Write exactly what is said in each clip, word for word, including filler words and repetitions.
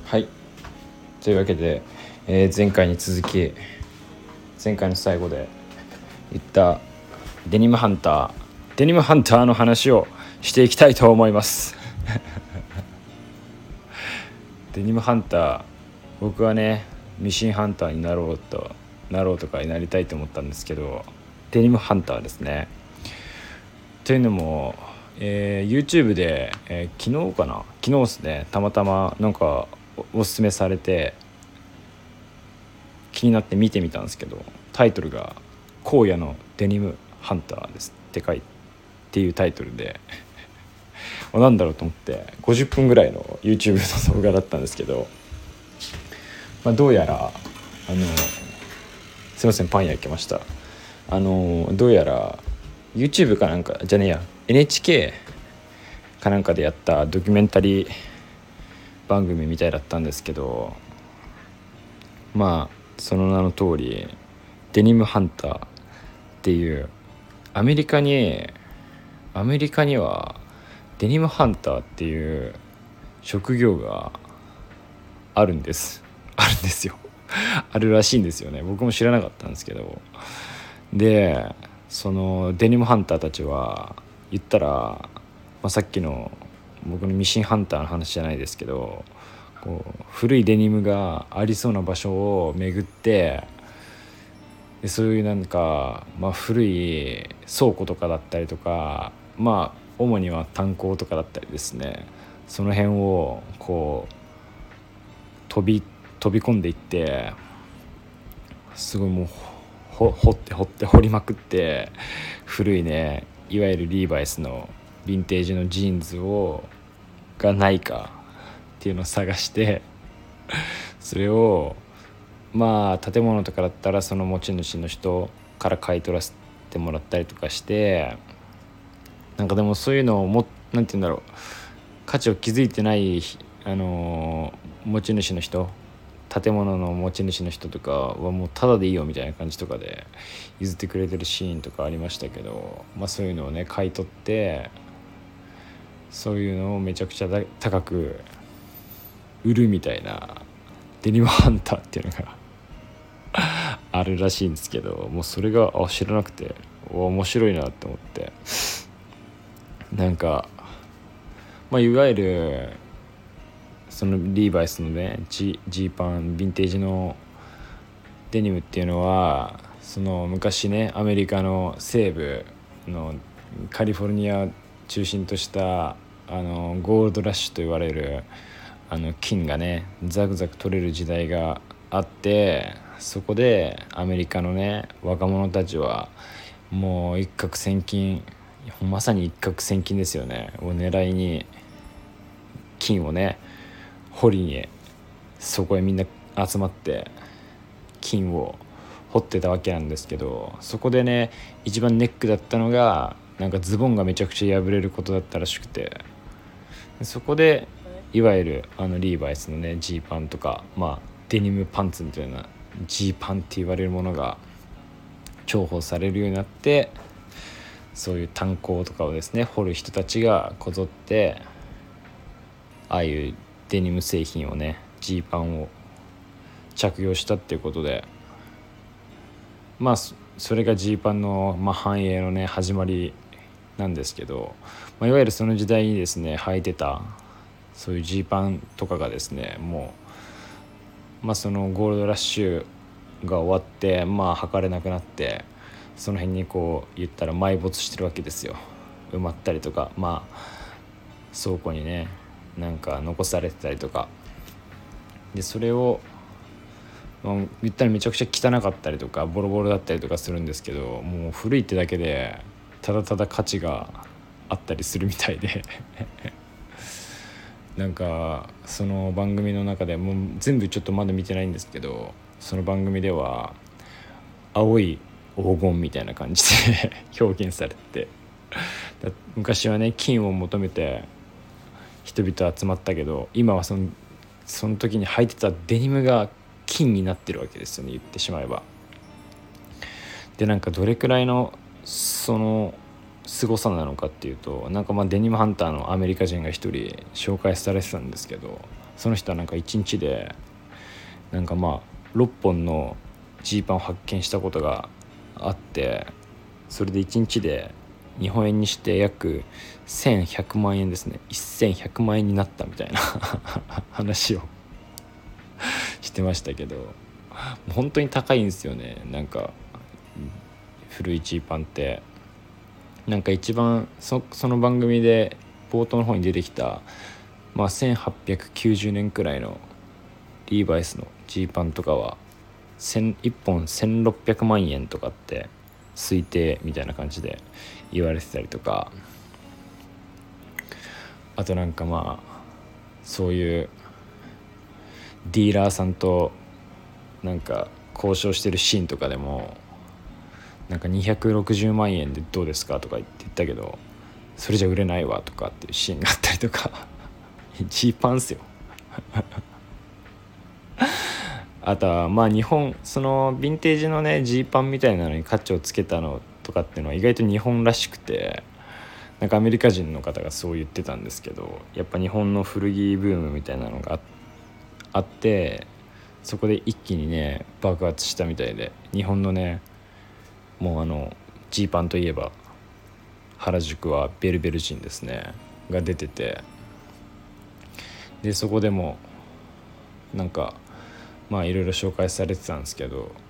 はい、というわけで、えー前回に続き前回の最後で言ったデニムハンターデニムハンターの話をしていきたいと思いますデニムハンター、僕はねミシンハンターになろうとなろうとかになりたいと思ったんですけど、デニムハンターですね。というのも、えー YouTube で、えー昨日かな昨日ですね、たまたまなんかおおすすめされて気になって見てみたんですけど、タイトルが荒野のデニムハンターですって書いていうタイトルでなんだろうと思ってごじゅっぷんぐらいの YouTube の動画だったんですけど、まあ、どうやらあのすいませんパン焼きました。あのどうやら YouTube かなんかじゃねえや エヌエイチケー かなんかでやったドキュメンタリー番組みたいだったんですけど、まあその名の通りデニムハンターっていうアメリカにアメリカにはデニムハンターっていう職業があるんですあるんですよあるらしいんですよね。僕も知らなかったんですけど、でそのデニムハンターたちは言ったら、まあ、さっきの僕のミシンハンターの話じゃないですけど、こう古いデニムがありそうな場所を巡って、でそういうなんか、まあ、古い倉庫とかだったりとか、まあ主には炭鉱とかだったりですね、その辺をこう飛び飛び込んでいって、すごいもうほ掘って掘って掘りまくって、古いねいわゆるリーバイスのヴィンテージのジーンズをがないかっていうのを探して、それをまあ建物とかだったらその持ち主の人から買い取らせてもらったりとかして、なんかでもそういうのをもなんて言うんだろう、価値を築いてないあのー持ち主の人、建物の持ち主の人とかはもうタダでいいよみたいな感じとかで譲ってくれてるシーンとかありましたけど、まあそういうのをね買い取って、そういうのをめちゃくちゃ高く売るみたいなデニムハンターっていうのがあるらしいんですけど、もうそれがあ知らなくて面白いなって思って、なんかまあいわゆるそのリーバイスのねジーパンヴィンテージのデニムっていうのは、その昔ねアメリカの西部のカリフォルニア中心としたあのゴールドラッシュと言われるあの金がねザクザク取れる時代があって、そこでアメリカのね若者たちはもう一攫千金、まさに一攫千金ですよねを狙いに金をね掘りにそこへみんな集まって金を掘ってたわけなんですけど、そこでね一番ネックだったのがなんかズボンがめちゃくちゃ破れることだったらしくて、そこでいわゆるあのリーバイスのねジーパンとか、まあデニムパンツみたいなジーパンって言われるものが重宝されるようになって、そういう炭鉱とかをですね掘る人たちがこぞってああいうデニム製品をねジーパンを着用したっていうことで、まあそれがジーパンの、まあ、繁栄のね始まりなんですけど、まあ、いわゆるその時代にですね履いてたそういうジーパンとかがですね、もう、まあ、そのゴールドラッシュが終わってまあ履かれなくなって、その辺にこう言ったら埋没してるわけですよ。埋まったりとか、まあ倉庫にねなんか残されてたりとかで、それを言ったらめちゃくちゃ汚かったりとかボロボロだったりとかするんですけど、もう古いってだけでただただ価値があったりするみたいでなんかその番組の中でもう全部ちょっとまだ見てないんですけど、その番組では青い黄金みたいな感じで表現されて、昔はね金を求めて人々集まったけど、今はそのその時に履いてたデニムが金になってるわけですよね、言ってしまえば。でなんかどれくらいのその凄さなのかっていうと、なんかまあデニムハンターのアメリカ人が一人紹介されてたんですけど、その人はなんかいちにちでなんかまあろっぽんのジーパンを発見したことがあって、それでいちにちで日本円にして約せんひゃくまんえんですね、せんひゃくまんえんになったみたいな話をしてましたけど、本当に高いんですよね。なんか古いジーパンって、なんか一番 そ, その番組で冒頭の方に出てきた、まあ、せんはっぴゃくきゅうじゅうねんくらいのリーバイスのジーパンとかはいっぽんせんろっぴゃくまんえんとかって推定みたいな感じで言われてたりとか、あとなんかまあそういうディーラーさんとなんか交渉してるシーンとかでも、なんかにひゃくろくじゅうまんえんでどうですかとか言って言ったけど、それじゃ売れないわとかっていうシーンがあったりとかジーパンっすよあとはまあ日本、そのヴィンテージのねジーパンみたいなのに価値をつけたのとかっていうのは意外と日本らしくて、なんかアメリカ人の方がそう言ってたんですけど、やっぱ日本の古着ブームみたいなのがあって、そこで一気にね爆発したみたいで、日本のねもうあのジーパンといえば原宿はベルベルジンですねが出てて、でそこでもなんかまあいろいろ紹介されてたんですけど、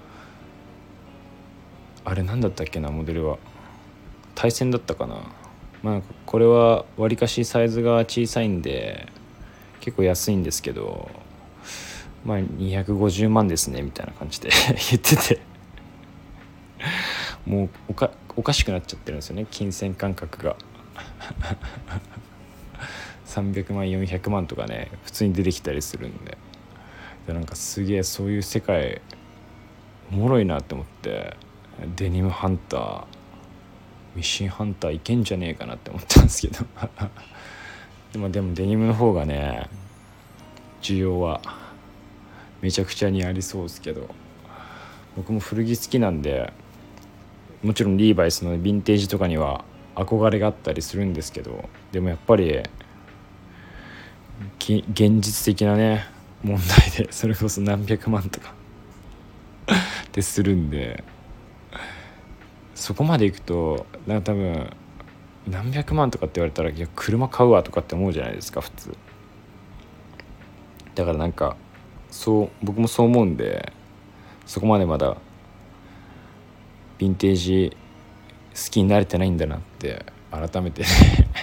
あれなんだったっけな、モデルは対戦だったかな。まあこれはわりかしサイズが小さいんで結構安いんですけど、まあにひゃくごじゅうまんですねみたいな感じで言っててもうおかおかしくなっちゃってるんですよね、金銭感覚がさんびゃくまんよんひゃくまんとかね普通に出てきたりするんで、でなんかすげえそういう世界おもろいなって思って、デニムハンターミシンハンターいけんじゃねえかなって思ったんですけどでもでもデニムの方がね需要はめちゃくちゃにありそうですけど、僕も古着好きなんで、もちろんリーバイスのヴィンテージとかには憧れがあったりするんですけど、でもやっぱり現実的なね問題でそれこそ何百万とかでするんで、そこまでいくとなんか多分何百万とかって言われたら、いや車買うわとかって思うじゃないですか普通。だからなんかそう僕もそう思うんで、そこまでまだヴィンテージ好きになれてないんだなって改めて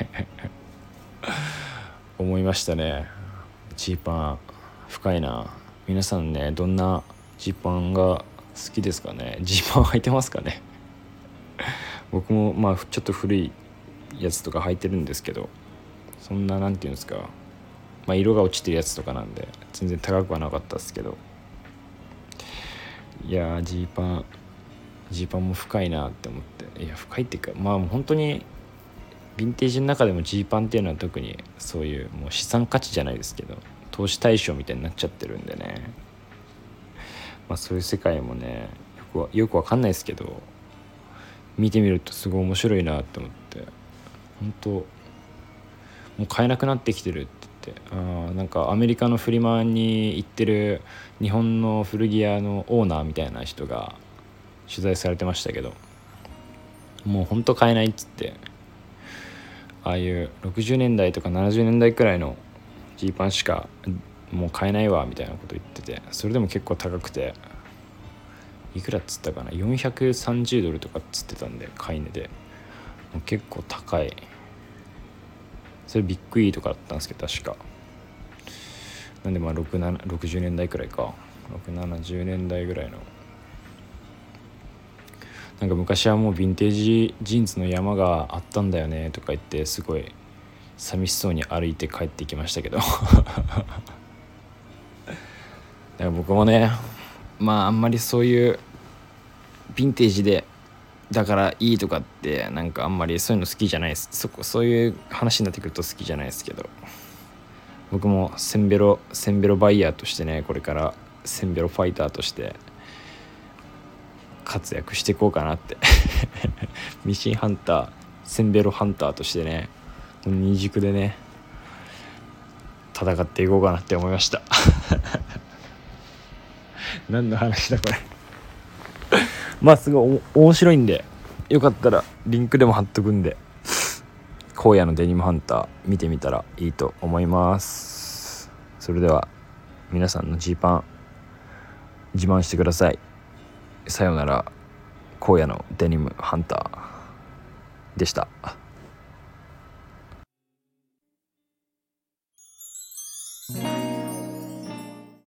思いましたね。ジーパン深いな。皆さんねどんなジーパンが好きですかね。ジーパン履いてますかね僕もまあちょっと古いやつとか履いてるんですけど、そんななんていうんですか、まあ色が落ちてるやつとかなんで全然高くはなかったですけど、いやージーパンジーパンも深いなって思って、いや深いっていうかまあ本当にヴィンテージの中でもジーパンっていうのは特にそういうもう資産価値じゃないですけど投資対象みたいになっちゃってるんでね、まあそういう世界もねよくよくわかんないですけど見てみるとすごい面白いなって思って、本当もう買えなくなってきてるって言って、あなんかアメリカのフリマに行ってる日本の古着屋のオーナーみたいな人が取材されてましたけど、もう本当買えないっつって、ああいうろくじゅうねんだいとかななじゅうねんだいくらいのジーパンしかもう買えないわみたいなこと言ってて、それでも結構高くていくらっつったかな、よんひゃくさんじゅうドルとかっつってたんで、買い値でもう結構高い。それビッグイーとかだったんですけど確かなんでまあろくじゅうねんだいくらいか、ろくななじゅうねんだいぐらいの、なんか昔はもうヴィンテージジーンズの山があったんだよねとか言ってすごい寂しそうに歩いて帰ってきましたけどだから僕もねまああんまりそういうヴィンテージでだからいいとかってなんかあんまりそういうの好きじゃないです。そこそういう話になってくると好きじゃないですけど、僕もセンベロセンベロバイヤーとしてね、これからセンベロファイターとして活躍していこうかなってミシンハンターセンベロハンターとしてね二軸でね戦っていこうかなって思いました何の話だこれまあすごい面白いんで、よかったらリンクでも貼っとくんで荒野のデニムハンター見てみたらいいと思います。それでは皆さんのジーパン自慢してください。さよなら。荒野のデニムハンターでした。